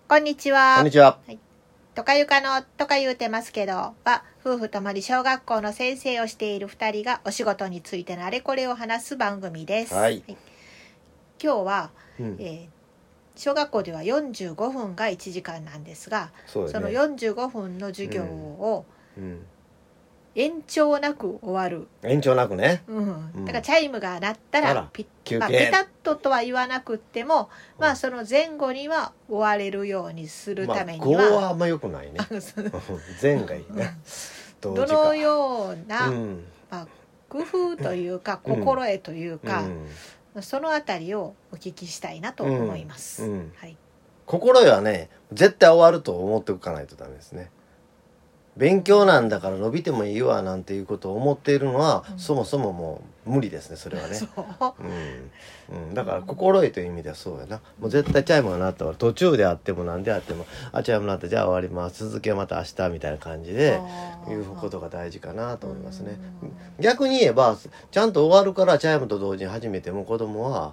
こんにちは。 こんにちは。 はい。とかゆかのとか言うてますけどは、夫婦ともに小学校の先生をしている2人がお仕事についてのあれこれを話す番組です。 はい。 今日は、 うん小学校では45分が1時間なんですが、 そうだね。 その45分の授業をうん延長なく終わる。 延長なくね。 だからチャイムが鳴ったらピ休憩、 ピタッととは言わなくっても、その前後には終われるようにするためには、 5はあんま良くないね。前がいいね。 どのような、工夫というか心得というか、そのあたりをお聞きしたいなと思います。はい。 心得はね、絶対終わると思っておかないとダメですね。勉強なんだから伸びてもいいわなんていうことを思っているのは、そもそももう無理ですね、それはね。だから心得という意味ではそうやな。もう絶対チャイムが鳴ったら途中であっても何であっても、チャイム鳴ったじゃあ終わります、続きはまた明日みたいな感じでいうことが大事かなと思いますね。逆に言えばちゃんと終わるからチャイムと同時に始めても子供は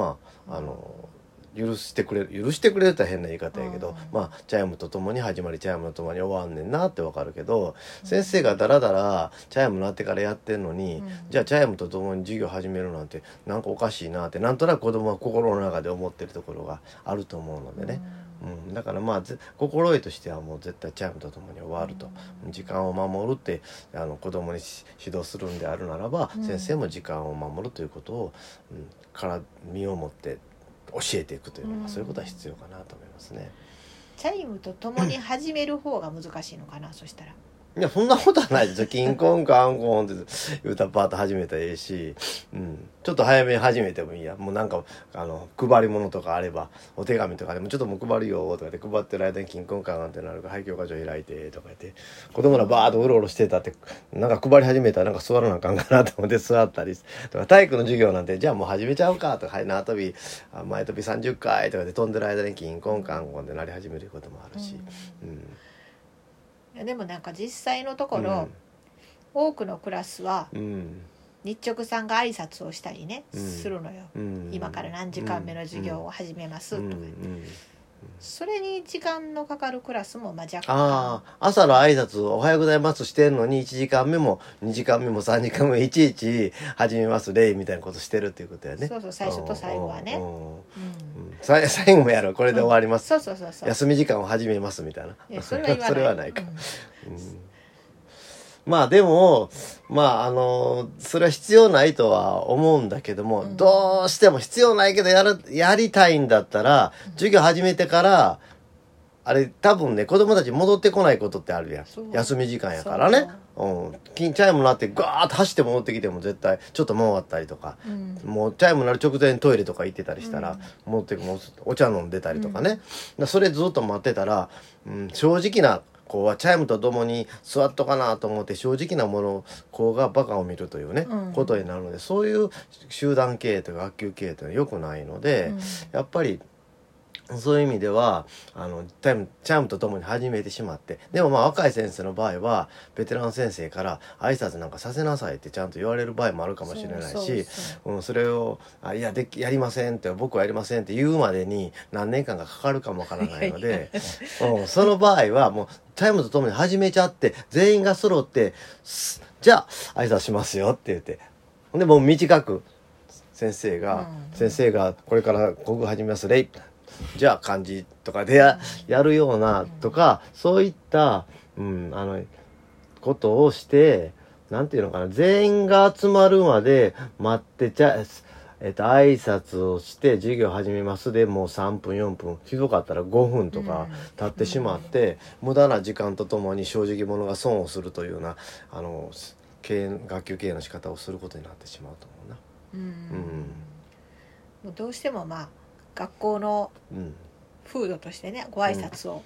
許してくれるって変な言い方やけど、チャイムとともに始まりチャイムとともに終わんねんなってわかるけど、先生がダラダラチャイム鳴ってからやってんのに、じゃあチャイムとともに授業始めるなんてなんかおかしいなってなんとなく子供は心の中で思ってるところがあると思うのでね、だから心得としてはもう絶対チャイムとともに終わると、時間を守るって子供に指導するんであるならば、先生も時間を守るということを、から身をもって教えていくというのが、そういうことは必要かなと思いますね。 チャイムとともに始める方が難しいのかな、そしたら。 いや、そんなことはないですよ。キンコンカンコンって言うたらパーッと始めたらいいし、ちょっと早めに始めてもいいや。もうなんか配り物とかあれば、お手紙とかでもちょっともう配るよとかで配ってる間にキンコンカンってなるから廃教科書開いてとか言って、子供らバーッとうろうろしてたって、なんか配り始めたらなんか座らなあかんかなと思って座ったりとか、体育の授業なんてじゃあもう始めちゃうかとか、はい、縄跳び前跳び30回とかで飛んでる間にキンコンカンコンってなり始めることもあるし、 でもなんか実際のところ、多くのクラスは日直さんが挨拶をしたりね、するのよ。今から何時間目の授業を始めますとか、それに時間のかかるクラスも若干。 朝の挨拶おはようございますしてんのに1時間目も2時間目も3時間目もいちいち始めます礼みたいなことしてるっていうことやね。 そうそう、最初と最後はね。 最後もやる、これで終わります、 そう休み時間を始めますみたいな。 それはないか。でもそれは必要ないとは思うんだけども、どうしても必要ないけどやりたいんだったら、授業始めてからあれ多分ね、子供たち戻ってこないことってあるやん。休み時間やからね。チャイム鳴ってガーッと走って戻ってきても絶対ちょっと回ったりとか、もうチャイム鳴る直前にトイレとか行ってたりしたら、戻ってもお茶飲んでたりとかね、それずっと待ってたら、正直な子はチャイムとともに座っとかなと思って正直なもの子がバカを見るというね、ことになるので、そういう集団経営というか学級経営というのは良くないので、やっぱりそういう意味ではチャイムとともに始めてしまって、でも若い先生の場合はベテラン先生から挨拶なんかさせなさいってちゃんと言われる場合もあるかもしれないし、それをやりませんって、僕はやりませんって言うまでに何年間かかかるかもわからないので、その場合はもうチャイムとともに始めちゃって全員が揃ってじゃあ挨拶しますよって言って、ほんでもう短く先生がこれから国語始めますレイじゃあ漢字とかでやるようなとか、そういったことをして、なんていうのかな、全員が集まるまで待って挨拶をして授業始めますでもう3分4分、ひどかったら5分とか経ってしまって、無駄な時間とともに正直者が損をするというような学級経営の仕方をすることになってしまうと思うな。 もうどうしても学校の風土としてね、ご挨拶を、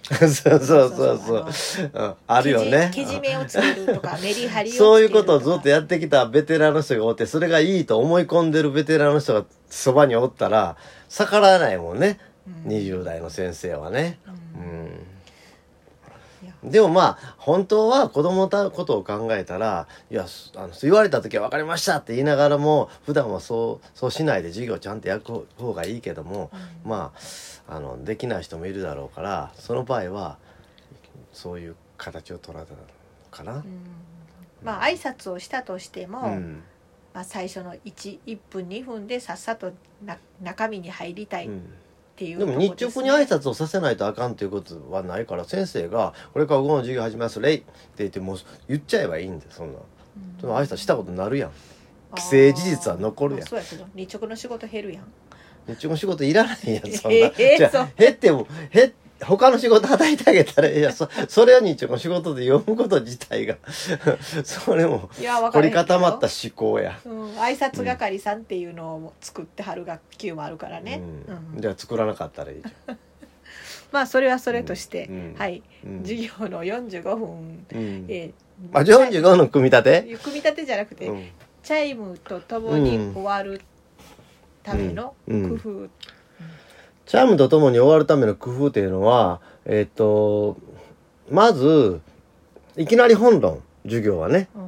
そうあるよね。 けじめをつけるとかメリハリをつけるとか、 そういうことをずっとやってきたベテランの人がおって、それがいいと思い込んでるベテランの人がそばにおったら逆らえないもんね、20代の先生はね。 でもまあ本当は子供のことを考えたら言われた時は分かりましたって言いながらも普段はそうしないで授業をちゃんとやる方がいいけども、まあできない人もいるだろうからその場合はそういう形を取られたのかな。 まあ挨拶をしたとしても、まあ、最初の1分2分でさっさと中身に入りたいっていうところですね。 でも日直に挨拶をさせないとあかんということはないから先生がこれから午後の授業始めますレイって言ってもう言っちゃえばいいんでそんなその挨拶したことになるやん。既成事実は残るやん。 そうやけど日直の仕事減るやん。 日直の仕事いらないやんそんな。じゃあ減っても他の仕事働いてあげたらいやそれは日直の仕事で読むこと自体がそれも凝り固まった思考や。 挨拶係さんっていうのを作ってはる学級もあるからね。 じゃあ作らなかったらいいじゃん。 まあそれはそれとして、はい、授業の45分、 45の組み立てじゃなくて、チャイムとともに終わるための工夫、 チャイムとともに終わるための工夫っていうのはまずいきなり本論授業はね、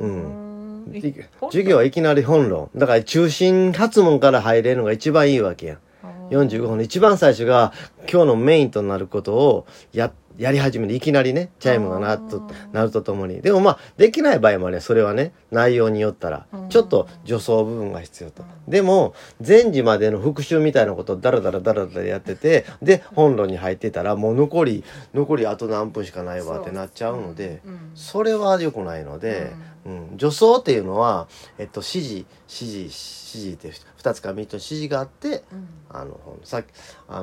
授業はいきなり本論だから中心発問から入れるのが一番いいわけや。45分の一番最初が今日のメインとなることをやり始めるいきなりねチャイムが鳴るとともに。でもまあできない場合もねそれはね内容によったらちょっと助走部分が必要と。でも前時までの復習みたいなことをダラダラやっててで本論に入ってたらもう残りあと何分しかないわってなっちゃうのでそれは良くないので、助走っていうのは指示って2つか3つの指示があって、さっき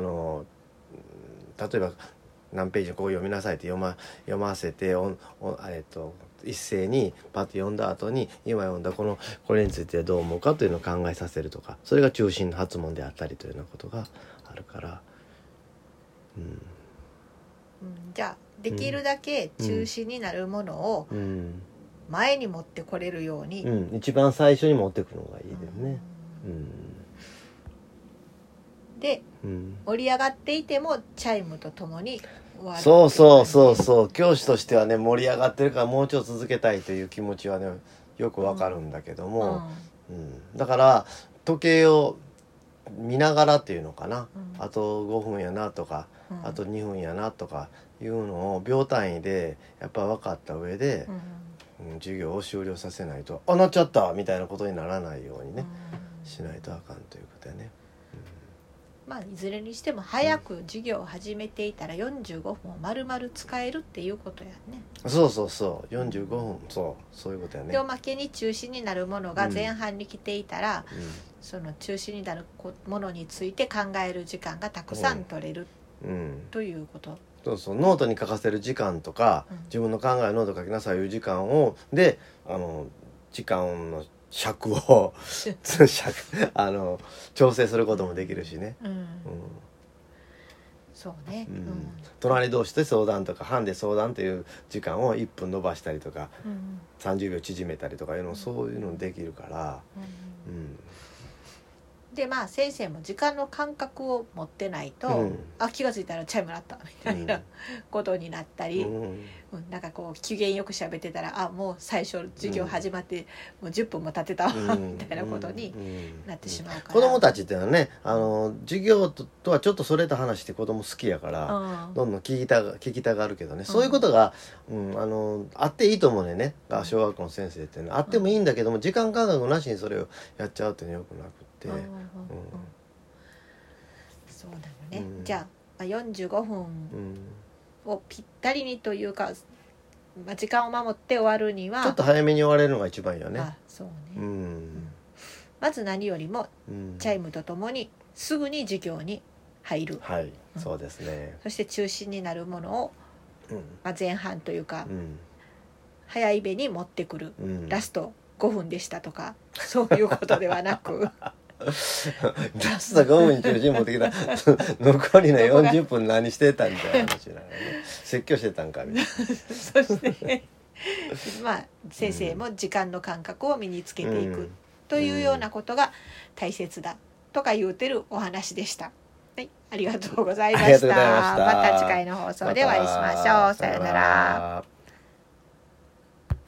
例えば何ページこう読みなさいって読ませて一斉にパッと読んだ後に今読んだこれについてどう思うかというのを考えさせるとかそれが中心の発問であったりというようなことがあるから、 じゃあできるだけ中心になるものを前に持ってこれるように、 一番最初に持ってくるのがいいですね。 で、盛り上がっていてもチャイムとともに終わる。 そう教師としてはね盛り上がってるからもうちょっと続けたいという気持ちはねよくわかるんだけども、だから時計を見ながらっていうのかな、あと5分やなとか、あと2分やなとかいうのを秒単位でやっぱ分かった上で、授業を終了させないとなっちゃったみたいなことにならないようにね、しないとあかんということやね。 まあいずれにしても早く授業を始めていたら45分を丸々使えるっていうことやね。 そう45分そういうことやね。 でおまけに中心になるものが前半に来ていたら、その中心になるものについて考える時間がたくさん取れる、ということ。 ノートに書かせる時間とか、自分の考えをノート書きなさいいう時間をで時間の尺を調整することもできるしね。 そうね、 隣同士で相談とか班で相談という時間を1分伸ばしたりとか、30秒縮めたりとかいうのそういうのできるから、 でまあ先生も時間の感覚を持ってないと、気がついたらチャイム鳴ったみたいなことになったり、なんかこう機嫌よく喋ってたらもう最初授業始まってもう10分も経ってたわ、みたいなことになってしまうから、 子供たちっていうのはね授業とはちょっとそれた話って子供好きやから、どんどん聞きたがるけどね、そういうことが、あっていいと思うね。小学校の先生ってねあってもいいんだけども、時間感覚なしにそれをやっちゃうっていうのはよくなくって。 そうなのね、じゃあ45分をぴったりにというか、時間を守って終わるにはちょっと早めに終われるのが一番いいよね。 そうね、まず何よりもチャイムとともにすぐに授業に入る、 そうですね。 そして中心になるものを、前半というか、早いべに持ってくる、ラスト5分でしたとかそういうことではなくラスト5分に中心持ってきた残りの40分何してたみたいな話なのね。説教してたんかみたいなそして先生も時間の感覚を身につけていくというようなことが大切だとか言うてるお話でした。 はい、ありがとうございまありがとした。 うございました。 また次回の放送でお会いしましょう。さようなら。